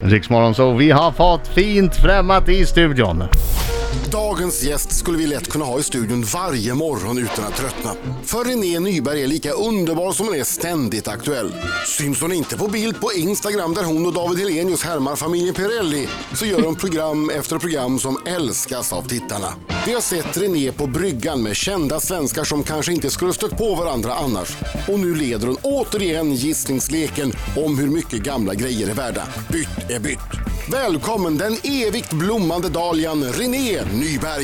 Riksmorgon, så vi har fått fint främmat i studion. Dagens gäst skulle vi lätt kunna ha i studion varje morgon utan att tröttna. För René Nyberg är lika underbar som hon är ständigt aktuell. Syns hon inte på bild på Instagram där hon och David Helenius härmar familjen Pirelli, så gör hon program efter program som älskas av tittarna. Vi har sett René på bryggan med kända svenskar som kanske inte skulle stött på varandra annars. Och nu leder hon återigen gissningsleken om hur mycket gamla grejer är värda. Bytt är bytt. Välkommen den evigt blommande dahlian René Nyberg.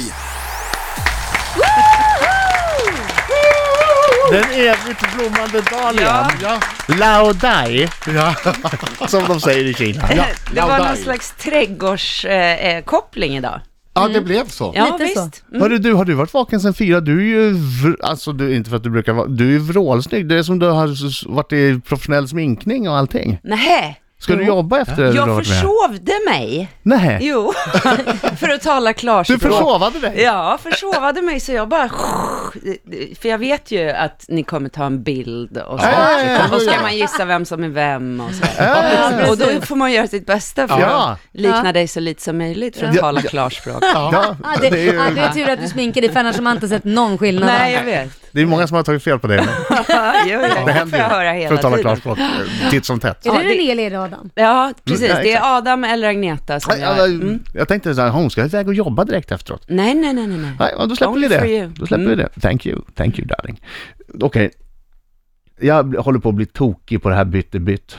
Den evigt blommande dahlian. Ja. Laodai. Ja. Som de säger i Kina. Ja, det var Laodai. någon slags trädgårdskoppling idag. Ja, det blev så. Ja, Lite så. visst. Hörru, har du varit vaken sen 4? Du är ju, alltså du, inte för att du brukar vara, du är vrålsnygg. Det är som du har varit i professionell sminkning och allting. Nej, Ska du jobba efter det? jag försovde mig. Nej. Jo, för att tala Du klarspråk. försovade dig? Ja, försovade mig så jag bara... För jag vet ju att ni kommer ta en bild och så. Och ska man gissa vem som är vem och så. Och då får man göra sitt bästa för att likna dig så lite som möjligt för att tala klarspråk. Ja, Det det är ju, är tur att du sminkar dig, för annars har man inte sett någon skillnad. Nej, jag vet. det är många som har tagit fel på det. Jo, Det får händer jag höra ju, hela för att tala tiden. klarspråk, titt som tätt. Är det Ja, René eller är det Adam? Ja, precis. Ja, Det exakt. är Adam eller Agneta som jag... Jag tänkte så här, hon ska iväg och jobba direkt efteråt. Nej. Nej, då släpper Only vi for det. you. Då släpper vi det. Thank you darling. Okej. Jag håller på att bli tokig på det här bytt.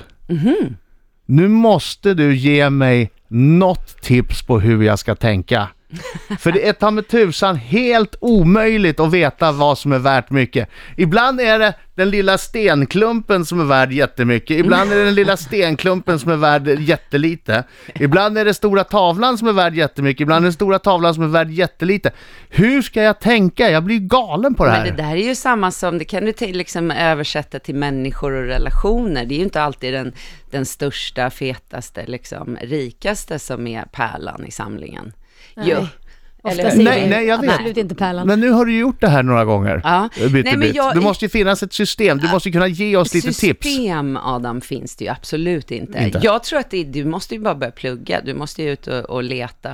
Nu måste du ge mig något tips på hur jag ska tänka. För det är ta med tusan helt omöjligt att veta vad som är värt mycket. Ibland är det den lilla stenklumpen som är värd jättemycket. Ibland är det den lilla stenklumpen som är värd jättelite. Ibland är det stora tavlan som är värd jättemycket. Ibland är det den stora tavlan som är värd jättelite. Hur ska jag tänka? Jag blir galen på det här. Men det där är ju samma som, det kan du liksom översätta till människor och relationer. Det är ju inte alltid den största, fetaste, liksom, rikaste som är pärlan i samlingen. Nej. Jo. Ofta Eller- säger Nej, jag vet. absolut inte pärlan. Men nu har du gjort det här några gånger. Ja. Bytt. Nej, men jag- Det måste ju finnas ett system. Du måste ju kunna ge oss lite tips. System, Adam, finns det ju absolut inte. Inte. Jag tror att du måste ju bara börja plugga. Du måste ju ut och leta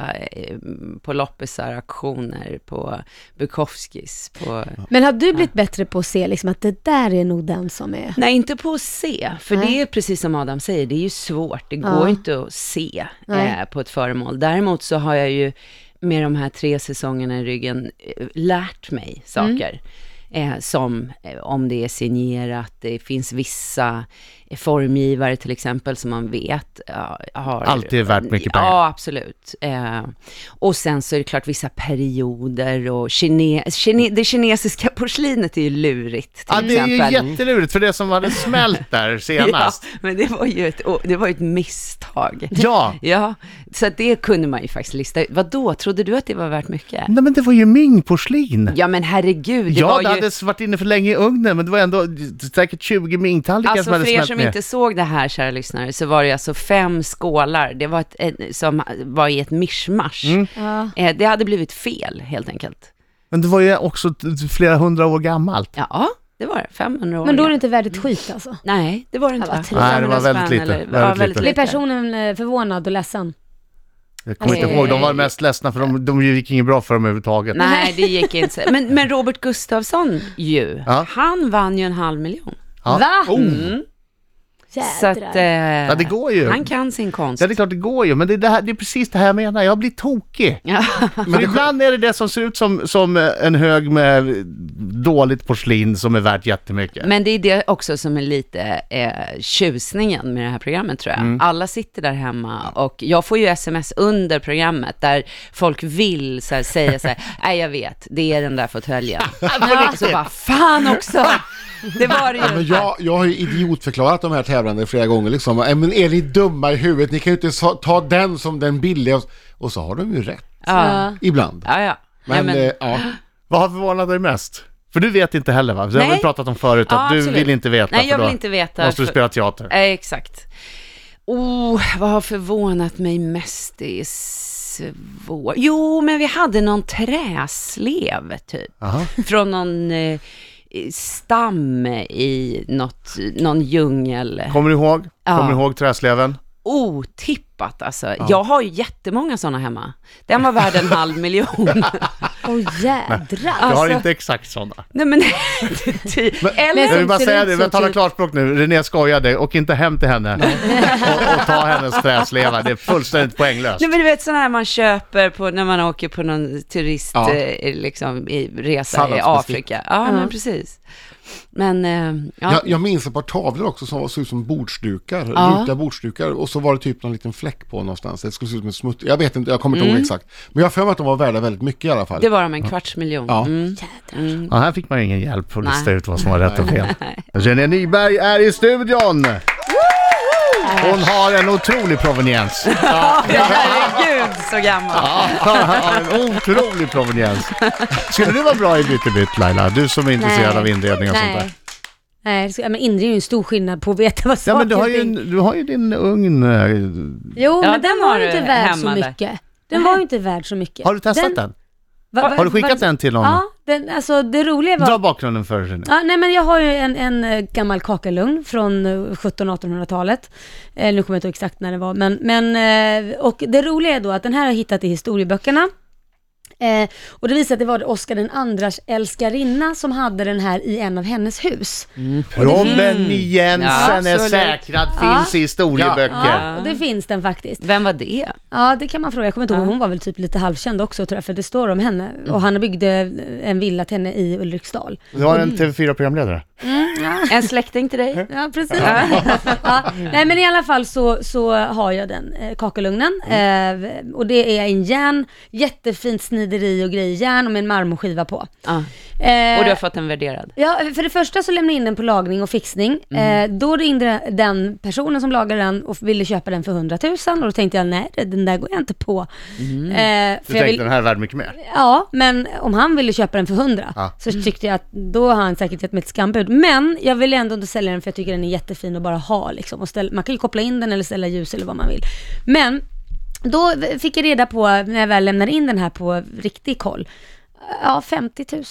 på loppisar, auktioner, på Bukowskis. Men har du blivit bättre på att se liksom, att det där är nog den som är... Nej, inte på att se. För Nej. det är precis som Adam säger, det är ju svårt. Det Ja. går inte att se Nej. på ett föremål. Däremot så har jag ju med de här 3 säsongerna i ryggen lärt mig saker. Som om det är signerat, det finns vissa formgivare till exempel som man vet har... Alltid är värt mycket pengar. Ja, absolut. Och sen så är det klart vissa perioder och det kinesiska porslinet är ju lurigt till Ja, det är exempel. ju jättelurigt för det som hade smält där senast. Ja, men det var ju ett misstag. Ja. Ja, så att det kunde man ju faktiskt lista ut. Vadå, trodde du att det var värt mycket? Nej, men det var ju Ming-porslin. Ja, men herregud, det Ja, var det ju... hade varit inne för länge i ugnen, men det var ändå säkert 20 Ming-tallrikar som Alltså hade för er smält som ner. inte såg det här, kära lyssnare, så var det alltså 5 skålar. Det var som var i ett mischmasch. Ja. Det hade blivit fel, helt enkelt. Men det var ju också flera 100 år gammalt. Ja, det var det. 500 år. Men då är det inte värdigt skit alltså. Nej, det var det inte. Ja, vad trist. Nej, det var väldigt lite. Väldigt Blir personen förvånad och ledsen? Jag kommer inte ihåg, de var mest ledsna för de gick inget bra för dem överhuvudtaget. Nej, det gick inte. Men Robert Gustafsson ju, Ja. han vann ju 500 000. Ja. Va? Så att, Jädrar. Ja, det går ju. han kan sin konst. Ja, det är klart det går ju, men det är precis det här jag menar. Jag blir tokig. Ja. Men ibland är det som ser ut som en hög med dåligt porslin som är värt jättemycket. Men det är det också som är lite tjusningen med det här programmet, tror jag. Alla sitter där hemma och jag får ju sms under programmet där folk vill så här, säga så här: nej, jag vet, det är den där fåtöljen. Och så bara, fan också! Det var det ju. Men jag har ju idiotförklarat de här tävlande flera gånger liksom. Men är ni dumma i huvudet? Ni kan ju inte ta den som den billiga. Och så har de ju rätt. Ja. Ibland. Ja. Men, Nej, ja. Vad har förvånat dig mest? För du vet inte heller, va? Det har Nej. vi pratat om förut, att Ja, du absolut. vill inte veta. Nej, jag för vill då inte veta. måste du spela teater. Exakt. Vad har förvånat mig mest? Det är svårt. Jo, men vi hade någon träslev typ. Aha. Från någon stam i någon djungel. Kommer du ihåg? Ja. Kommer du ihåg träsleven? otippat alltså. Jag har ju jättemånga sådana hemma. Den var värd 500 000. Jädrar. Jag har inte exakt sådana. Nej men Jag vill bara säga det, vi talar klarspråk nu. René skojade, och inte hem till henne och ta hennes träsleva. Det är fullständigt poänglöst. Nej men du vet sådana här man köper på när man åker på någon turist liksom i resa i Afrika. Ja men precis. Men jag minns ett par tavlor också som såg ut som bordsdukar, rutiga bordsdukar, och så var det typ någon liten fläck på någonstans. Det skulle se ut som en smutt. Jag vet inte, jag kommer inte ihåg exakt. Men jag har för mig att de var värda väldigt mycket i alla fall. Det var de 250 000. Ja, här fick man ingen hjälp att lista ut vad som var rätt och fel. René Nyberg är i studion. Hon har en otrolig proveniens. Herregud, så gammal. Ja, en otrolig proveniens. Skulle du vara bra i bytt, Laila? Du som är intresserad av inredning och sånt där. Nej, men inredning är ju en stor skillnad på att veta vad saker men du har ju din ugn. Jo, men den var ju du inte värd så hemma mycket. Den var ju inte värd så mycket. Har du testat den? Har du skickat den till någon? Ja, alltså det roliga var... Dra bakgrunden för sig nu. Ja, nej men jag har ju en gammal kakelugn från 1700-1800-talet. Nu kommer jag inte ihåg exakt när det var. Men och det roliga är då att den här har jag hittat i historieböckerna. Och det visar att det var Oscar den andras älskarinna som hade den här i en av hennes hus. Proveniensen är säkrad, finns i historieböcker. Ja, och det finns den faktiskt. Vem var det? Ja, det kan man fråga. Jag kommer inte ihåg, hon var väl typ lite halvkänd också tror jag, för det står om henne. Och han byggde en villa till henne i Ulriksdal. Du har en TV4-programledare. En släkting till dig? Ja, precis. Nej, men i alla fall så har jag den kakelugnen. Och det är en järn, jättefint snideri och grejjärn och med en marmorskiva på. Och du har fått den värderad? Ja, för det första så lämnade jag in den på lagning och fixning. Då ringde den personen som lagade den och ville köpa den för 100 000. Och då tänkte jag, nej, den där går jag inte på. Du tänkte den här är värd mycket mer? Ja, men om han ville köpa den för 100 så tyckte jag att då har han säkert gett mig ett skambud. Men jag vill ändå inte sälja den för jag tycker den är jättefin att bara ha. Liksom. Och man kan ju koppla in den eller ställa ljus eller vad man vill. Men då fick jag reda på, när jag väl lämnade in den här på riktig koll, 50 000.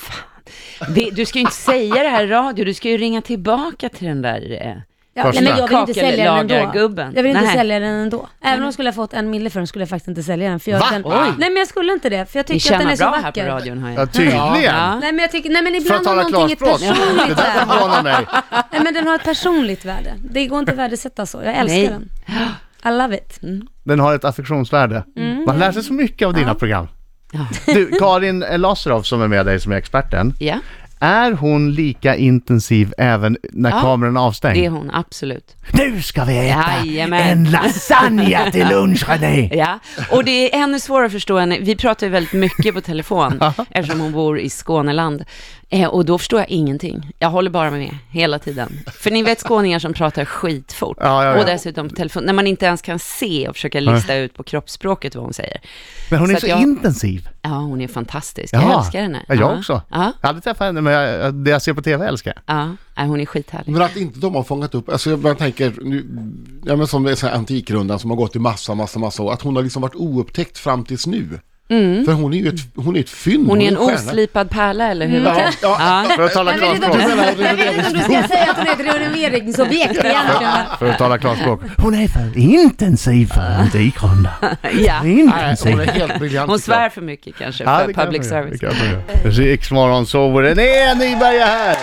Fan. Du ska ju inte säga det här i radio, du ska ju ringa tillbaka till den där nej, men jag vill inte sälja den ändå. Jag vill inte sälja den ändå. Även om jag skulle ha fått 1 mille för den skulle jag faktiskt inte sälja den. För nej, men jag skulle inte det. För jag tycker att den är så vacker. Här på radion, har jag. Ja, tydligen. Nej, men jag tycker, nej, men ibland har någonting ett personligt värde. mig. Nej, men den har ett personligt värde. Det går inte att värdesätta så. Jag älskar den. I love it. Den har ett affektionsvärde. Man lär sig så mycket av dina program. Du, Karin Lasarov som är med dig som är experten. Ja. Är hon lika intensiv även när kameran är avstängd? Det är hon, absolut. Nu ska vi äta en lasagne till lunch, René. Ja, och det är ännu svårare att förstå henne. Vi pratar ju väldigt mycket på telefon eftersom hon bor i Skåneland. Och då förstår jag ingenting. Jag håller bara med hela tiden. För ni vet skåningar som pratar skitfort. Ja. Och dessutom på telefon. När man inte ens kan se och försöka lista ut på kroppsspråket vad hon säger. Men hon är så intensiv. Ja, hon är fantastisk. Jag älskar henne. Ja, jag också. Jag hade träffat henne, men det jag ser på tv älskar jag. Ja, hon är skithärlig. Men att inte de har fångat upp, alltså jag tänker men som det är så här antikrundan som har gått i massa år, att hon har liksom varit oupptäckt fram tills nu. För hon är ju ett fynd. Hon är en oslipad pärla, eller hur? För att tala klarspråk. Du ska säga att hon är ett renoveringsobjekt egentligen. För att tala klarspråk. Hon är för intensiv för antikrunda. Hon är helt briljant. Hon svär för mycket kanske för public service. Riksmorgon så var det. Nej, Nyberg är här!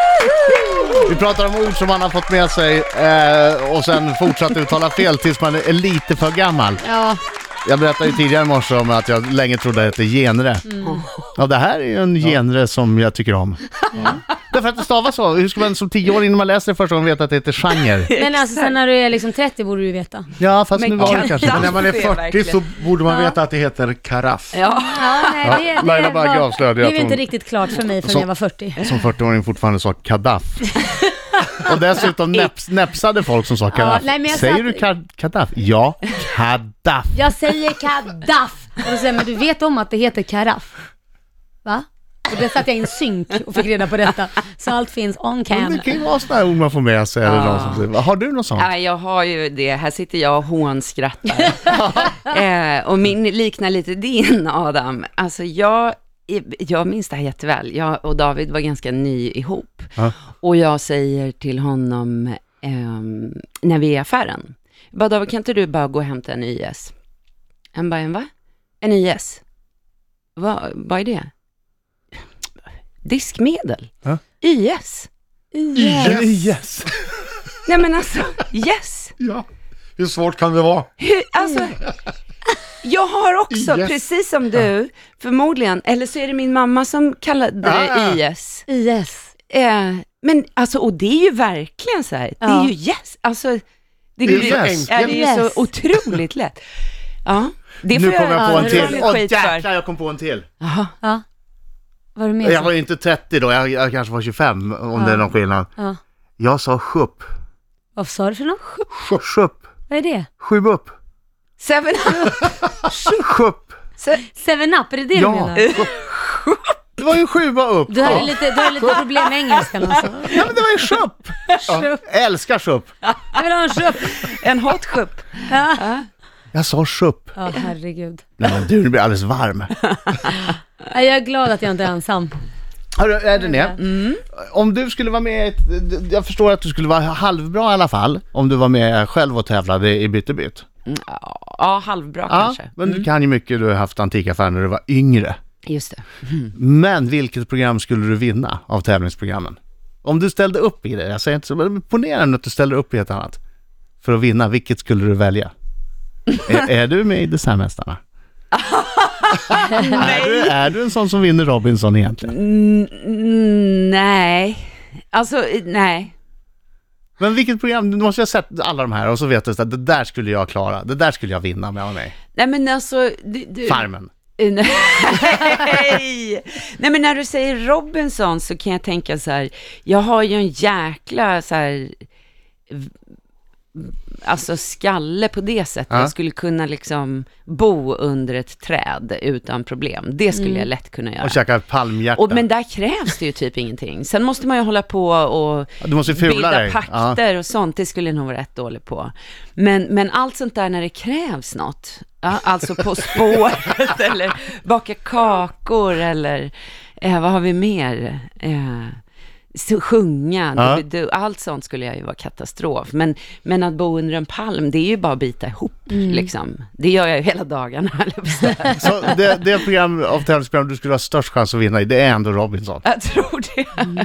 Vi pratar om ord som man har fått med sig och sen fortsatt uttala fel tills man är lite för gammal. Ja. Jag berättade ju tidigare i morse om att jag länge trodde att det är genre. Ja, det här är ju en genre som jag tycker om. Därför att det stavas så. Hur ska man som 10-åring när man läser det första gången veta att det heter genre? Men alltså sen när du är liksom 30 borde du veta. Ja, fast nu var det kanske. Men när man är 40 så borde man veta att det heter karaff. Nej, Laila bara avslöjade det är inte riktigt klart för mig förrän jag var 40. Som 40-åring fortfarande sa kadaff. Och dessutom näpsade folk som sa kadaff. Säger du kadaff? Ja, kadaff. Jag säger kadaff. Och då säger men du vet om att det heter karaff. Va? Och det satt jag i en synk och fick reda på detta. Så allt finns on cam. Det kan ju vara sådana här ord man får med sig. Eller något sånt. Har du något sånt? Ja, jag har ju det. Här sitter jag och hånskrattar. Och min liknar lite din, Adam. Alltså jag minns det här jätteväl. Jag och David var ganska ny ihop. Och jag säger till honom när vi är i affären. bara, David, kan inte du bara gå och hämta en YS? Han bara, en va? En YS? Vad är det? Diskmedel. YS. Yes. Nej men alltså, yes. Ja. Hur svårt kan det vara? Alltså, jag har också, Yes. precis som du, förmodligen, eller så är det min mamma som kallade det YS. Yes. Men alltså, och det är ju verkligen så här, det är ju yes. Alltså, det är ju yes. det är ju Yes. så otroligt lätt. Ja, det Nu får kommer jag på en det till. får jag Åh skit jäklar, för. jag kom på en till. Jaha. Ja. Var du med? Jag var ju inte 30 då, jag kanske var 25 om det är någon skillnad. Ja. Jag sa sjupp. Vad sa du för något? Sjupp. Vad är det? 7 upp. 7-Up. Sjupp. 7-Up, är det Ja. du menar? Det var ju 7 upp. Du har lite problem med engelskan alltså. Ja, men det var ju sjupp. Sjupp. Älskar sjupp. Jag vill ha en sjupp. En hot sjupp. Ja. Jag sa sjupp. Ja, herregud. Nej men du blir alldeles varm. Jag är glad att jag inte är ensam. Hörru, är det ner? Om du skulle vara med i jag förstår att du skulle vara halvbra i alla fall om du var med själv och tävlade i Bytt och bytt. Ja, halvbra kanske. Men du kan ju mycket, du har haft antikaffär när du var yngre. Just det. Men vilket program skulle du vinna av tävlingsprogrammen? Om du ställde upp i det, jag säger inte så, men ponera att du ställer upp i ett annat. För att vinna, vilket skulle du välja? Är du med i Designmästarna? Är du en sån som vinner Robinson egentligen? Nej. Alltså, nej. Men vilket program, du måste ju ha sett alla de här och så vet du att det där skulle jag klara, det där skulle jag vinna med mig. Nej men alltså... Farmen. Nej. Nej men när du säger Robinson så kan jag tänka så här, jag har ju en jäkla så här, alltså skalle på det sättet. Ja. Jag skulle kunna liksom bo under ett träd utan problem. Det skulle jag lätt kunna göra. Och käka palmhjärta. Men där krävs det ju typ ingenting. Sen måste man ju hålla på och Du måste fula bilda dig. pakter och sånt. Det skulle jag nog vara rätt dålig på. Men allt sånt där när det krävs något. Ja, alltså På spåret eller baka kakor eller vad har vi mer? Sjunga. Allt sånt skulle jag ju vara katastrof. Men att bo under en palm, det är ju bara att bita ihop. Liksom. Det gör jag ju hela dagarna. Så det program av tävlingsprogram du skulle ha störst chans att vinna i, det är ändå Robinson. Jag tror det.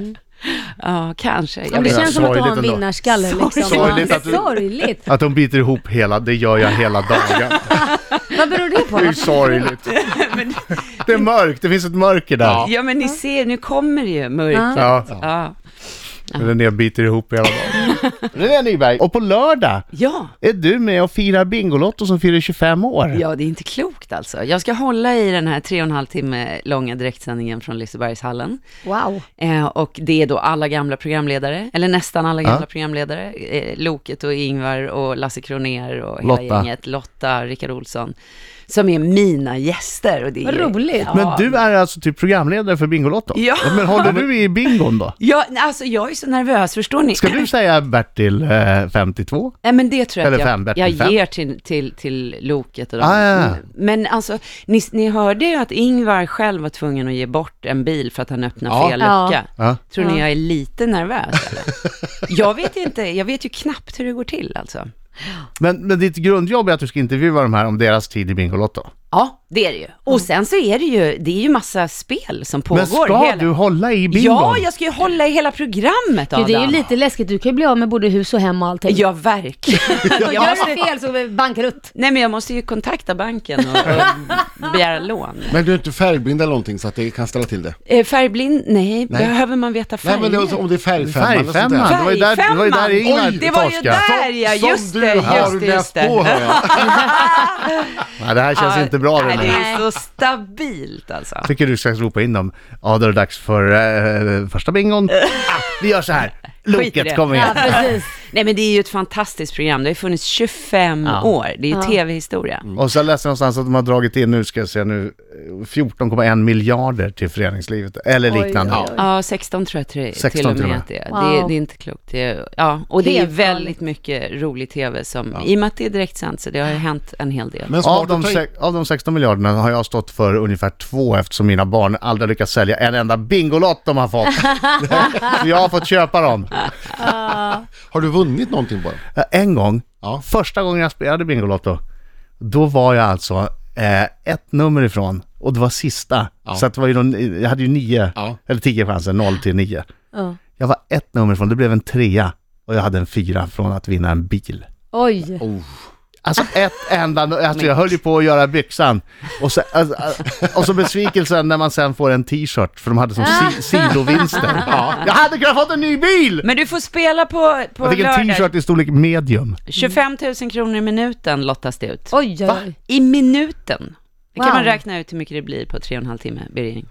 Ja, kanske. Men det känns som att du har en Sorgligt ändå. vinnarskalle liksom. Sorgligt att du- Sorgligt. Att de biter ihop det gör jag hela dagen. Vad beror det på? Det är ju sorgligt. Det är mörkt, det finns ett mörker där. Ja, men ni ser, nu kommer det ju mörkret. Ja. Men den biter ihop hela dagen. Det är Nyberg. Och på lördag Ja. är du med och firar Bingolotto som firar 25 år. Ja, det är inte klokt alltså. Jag ska hålla i den här 3,5 timme långa direktsändningen från Lisebergshallen. Wow. Och det är då alla gamla programledare, eller nästan alla gamla programledare. Loket och Ingvar och Lasse Kroner och hela Lotta. gänget. Lotta, Rickard Olsson. Som är mina gäster. Och det Vad är, roligt. Ja. Men du är alltså typ programledare för Bingolotto? Ja. Men håller du i bingon då? Ja, alltså jag är så nervös, förstår ni? Ska du säga Bertil 52? Nej, men det tror jag Eller att fem, jag Bertil fem. ger till Loket och dem. Ja. Men alltså, ni hörde ju att Ingvar själv var tvungen att ge bort en bil för att han öppnade fel lucka. Ja. Tror ni jag är lite nervös eller? Jag vet inte, jag vet ju knappt hur det går till alltså. Men ditt grundjobb är att du ska intervjua de här om deras tid i Bingolotto. Ja, det är det ju. Och sen så är det ju massa spel som pågår. Men ska du hålla i bingon? Ja, jag ska ju hålla i hela programmet, Adam. Gud, det är ju lite läskigt. Du kan ju bli av med både hus och hem och allting. Ja, verkligen. Gör jag fel så är det bankrutt. Nej, men jag måste ju kontakta banken och begära lån. Men du är inte färgblind eller någonting så att det kan ställa till det? Färgblind? Nej, behöver man veta färger? Nej, men om det är färgfemman eller sånt Färgfemman. där. Det var ju där Ingvar Oj, det var ju torskade. där, ja, just Som det, du har just det, just läst det. på, hör jag. Nej, det här känns inte bra. Nej, Det det här. är så stabilt alltså. Jag tycker du ska ropa in dem. Ja, då är det dags för första bingon. Vi gör så här. Skit i Loket det. kommer igen. Ja, precis. Nej, men det är ju ett fantastiskt program. Det har ju funnits 25 år. Det är ju tv-historia. Och så läste jag någonstans att de har dragit in, nu ska jag se nu, 14,1 miljarder till föreningslivet. Eller liknande. oj, oj. Ja, 16 tror jag till 16 och till och med med. att det är. Wow. Det är inte klokt. Det är, ja, och det är Helt väldigt mycket rolig tv som, i och med att det är direktsänt, så det har ju hänt en hel del. Men Av smart de, att ta in. av de 16 miljarderna har jag stått för ungefär 2 eftersom mina barn aldrig lyckats sälja en enda Bingolott de har fått. Så jag har fått köpa dem. Har du vunnit någonting bara? En gång Ja. Första gången jag spelade Bingolotto, då var jag alltså ett nummer ifrån. Och det var sista. Ja. Så att det var ju jag hade ju 9 eller 10 chanser, 0 till 9. Ja. Jag var ett nummer ifrån, det blev en 3 och jag hade en 4 från att vinna en bil. Oj. Alltså ett enda, alltså jag höll ju på att göra byxan och så besvikelsen när man sen får en t-shirt för de hade som sidovinster. Jag hade kunnat fått en ny bil! Men du får spela på jag fick en lördag. t-shirt i storlek medium. 25 000 kronor i minuten lottas det ut. Oj, oj, oj. I minuten. Det kan Wow. man räkna ut hur mycket det blir på 3,5 timme, Birging.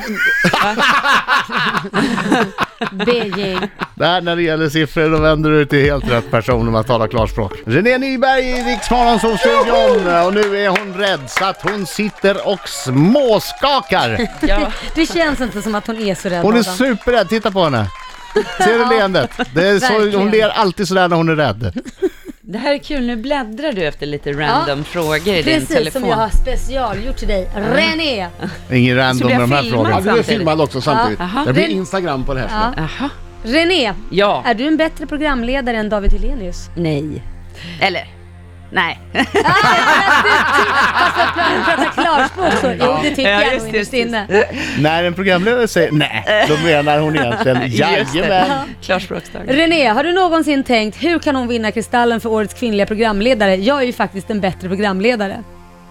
Birging. Där när det gäller siffror, då vänder du till helt rätt person om man talar klarspråk. René Nyberg i Rix Morgonzoo-studion och nu är hon rädd så att hon sitter och småskakar. Ja. Det känns inte som att hon är så rädd. Hon är Adam. superrädd, titta på henne. Ser du leendet? Det är så, Verkligen. hon ler alltid sådär när hon är rädd. Det här är kul, nu bläddrar du efter lite random frågor i din Precis telefon. som jag har specialgjort till dig. René. Ingen Så random blir med jag de här filmad? frågorna. Ja, du är Samtidigt. filmad också samtidigt. Aha. Det blir Instagram på det här. Ja. Aha. René, Ja. är du en bättre programledare än David Hellenius? Nej. Eller, nej. Fast jag pratar klarspråk så. Jo, det tycker Ja, jag just nog det, innerst just inne. När en programledare säger nej, då menar hon egentligen Just det. jajamän. Klarspråksdag. René, har du någonsin tänkt hur kan hon vinna Kristallen för årets kvinnliga programledare? Jag är ju faktiskt en bättre programledare.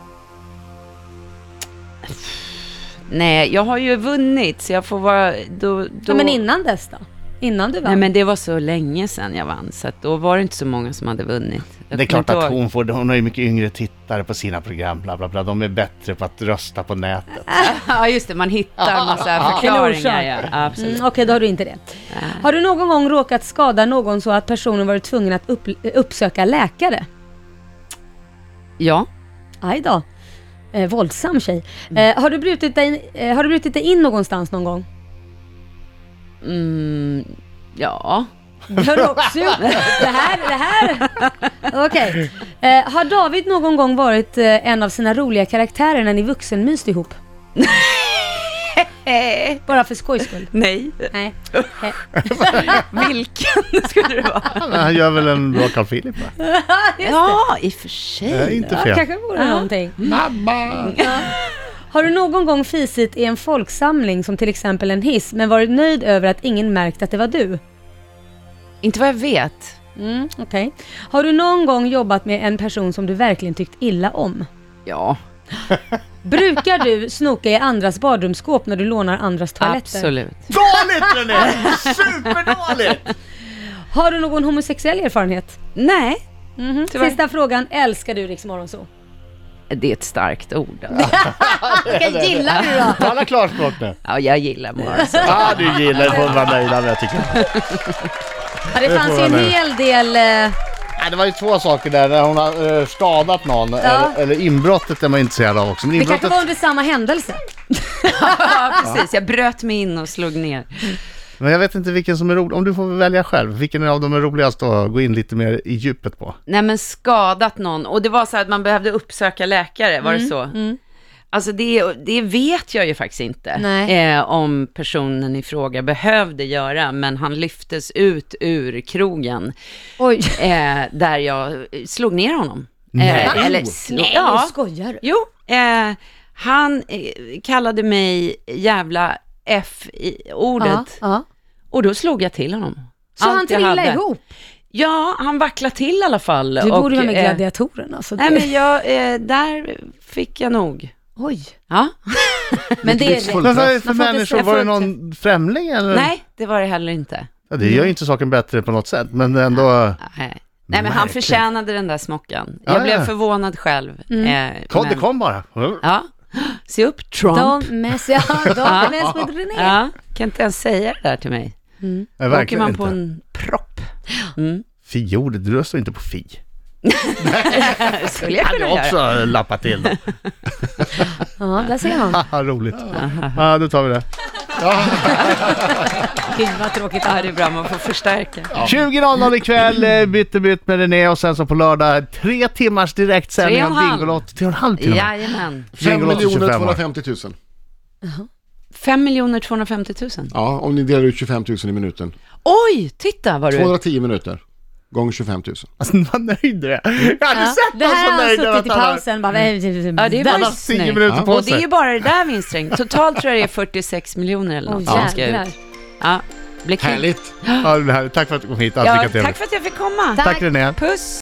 Nej, jag har ju vunnit så jag får vara... Då... Ja, men innan dess då? Innan du vann? Nej, men det var så länge sedan jag vann så att då var det inte så många som hade vunnit. Jag Det är klart kommer att inte ihåg. hon har ju mycket yngre tittare på sina program, bla bla bla. De är bättre på att rösta på nätet. Ja, just det. Man hittar massa En förklaringar. orsak. Ja, absolut. Okej, då har du inte det. Har du någon gång råkat skada någon så att personen varit tvungen att uppsöka läkare? Ja. Aj då. Våldsam tjej. Har du brutit dig in någonstans någon gång? Ja. Det har du också gjort. Det här. Okej. Har David någon gång varit en av sina roliga karaktärer när ni vuxenmyst ihop? Bara för skojs skull? Nej. Nej. Vilken skulle det vara? Han gör väl en bra Carl Philip, va? Ja, i och för sig. Det är inte Ja, fel. kanske vore någonting. Mamma! Har du någon gång fisit i en folksamling som till exempel en hiss men varit nöjd över att ingen märkt att det var du? Inte vad jag vet. Okej. Har du någon gång jobbat med en person som du verkligen tyckt illa om? Ja, Brukar du snoka i andras badrumsskåp när du lånar andras toaletter? absolut. Dåligt, René! Superdåligt! Har du någon homosexuell erfarenhet? Nej, tyvärr. Sista frågan, älskar du Rix Morgonzoo? Det är ett starkt ord. Alltså. Okej, gillar du då? Tala klarspråk nu. Ja, jag gillar Morgonzoo. Ja, du gillar det, får vara nöjda med, jag tycker. Ja, det fanns ju en hel del... Nej, det var ju två saker där, när hon har skadat någon, eller inbrottet är man intresserad av också. Men Det kanske inbrottet, var under samma händelse. Ja, precis. Jag bröt mig in och slog ner. men jag vet inte vilken som är rolig, om du får välja själv, vilken av dem är roligast att gå in lite mer i djupet på? Nej, men skadat någon. Och det var så att man behövde uppsöka läkare, var det så? Alltså det vet jag ju faktiskt inte om personen i fråga behövde göra, men han lyftes ut ur krogen. Oj. Där jag slog ner honom. Nej. Nej, ja. nu skojar du. Jo, han kallade mig jävla F-ordet. Ja. Och då slog jag till honom. Så Allt han jag trillade hade. ihop? Ja, han vacklade till i alla fall. Du borde vara med gladiatorerna. Alltså Nej, men där fick jag nog. Oj. Ja. Men det är rätt. Men vad är det för Man får inte människor? säga Var det för- någon främling eller? Nej, det var det heller inte. Ja, det gör ju inte saken bättre på något sätt, men ändå... Nej, men han Märkligt. förtjänade den där smockan. Ja, Jag blev ja. förvånad själv. Det kom bara. Ja, se upp Trump. Don't mess with René. Ja, kan inte ens säga det där till mig. Nej, Då åker verkligen man inte. på en propp. Fi-ordet, du röstar inte på fi. Skulle jag Hade kunna jag göra. också lappat till. Ja, där ser man. Haha, roligt. Ja, då tar vi det. Gud vad tråkigt. Ja, det är bra, man får förstärka. 20.00 ikväll, bytt med René och sen så på lördag 3 timmars direktsändning av 3,5. Bingolotto. 3,5 till och med. Jajamän. 5 Bingolotto 25 år. 250 000. 5 250 000. Ja, om ni delar ut 25 000 i minuten. Oj, titta vad du... 210 minuter. gånger 25 000. Alltså, vad nöjd du är. Jag hade sett Det någon här så har nöjd. han suttit i pausen. Bara, Ja, det Han var har ju 10 snyggt. minuter på Och det är sig. ju bara det där vinstring. Totalt tror jag det är 46 miljoner eller något som ska jävlar. ut. Ja, blir kul. Härligt! Ja, det här. Tack för att du kom hit. Allt Ja, lika trevligt. tack för att jag fick komma. Tack René. Puss!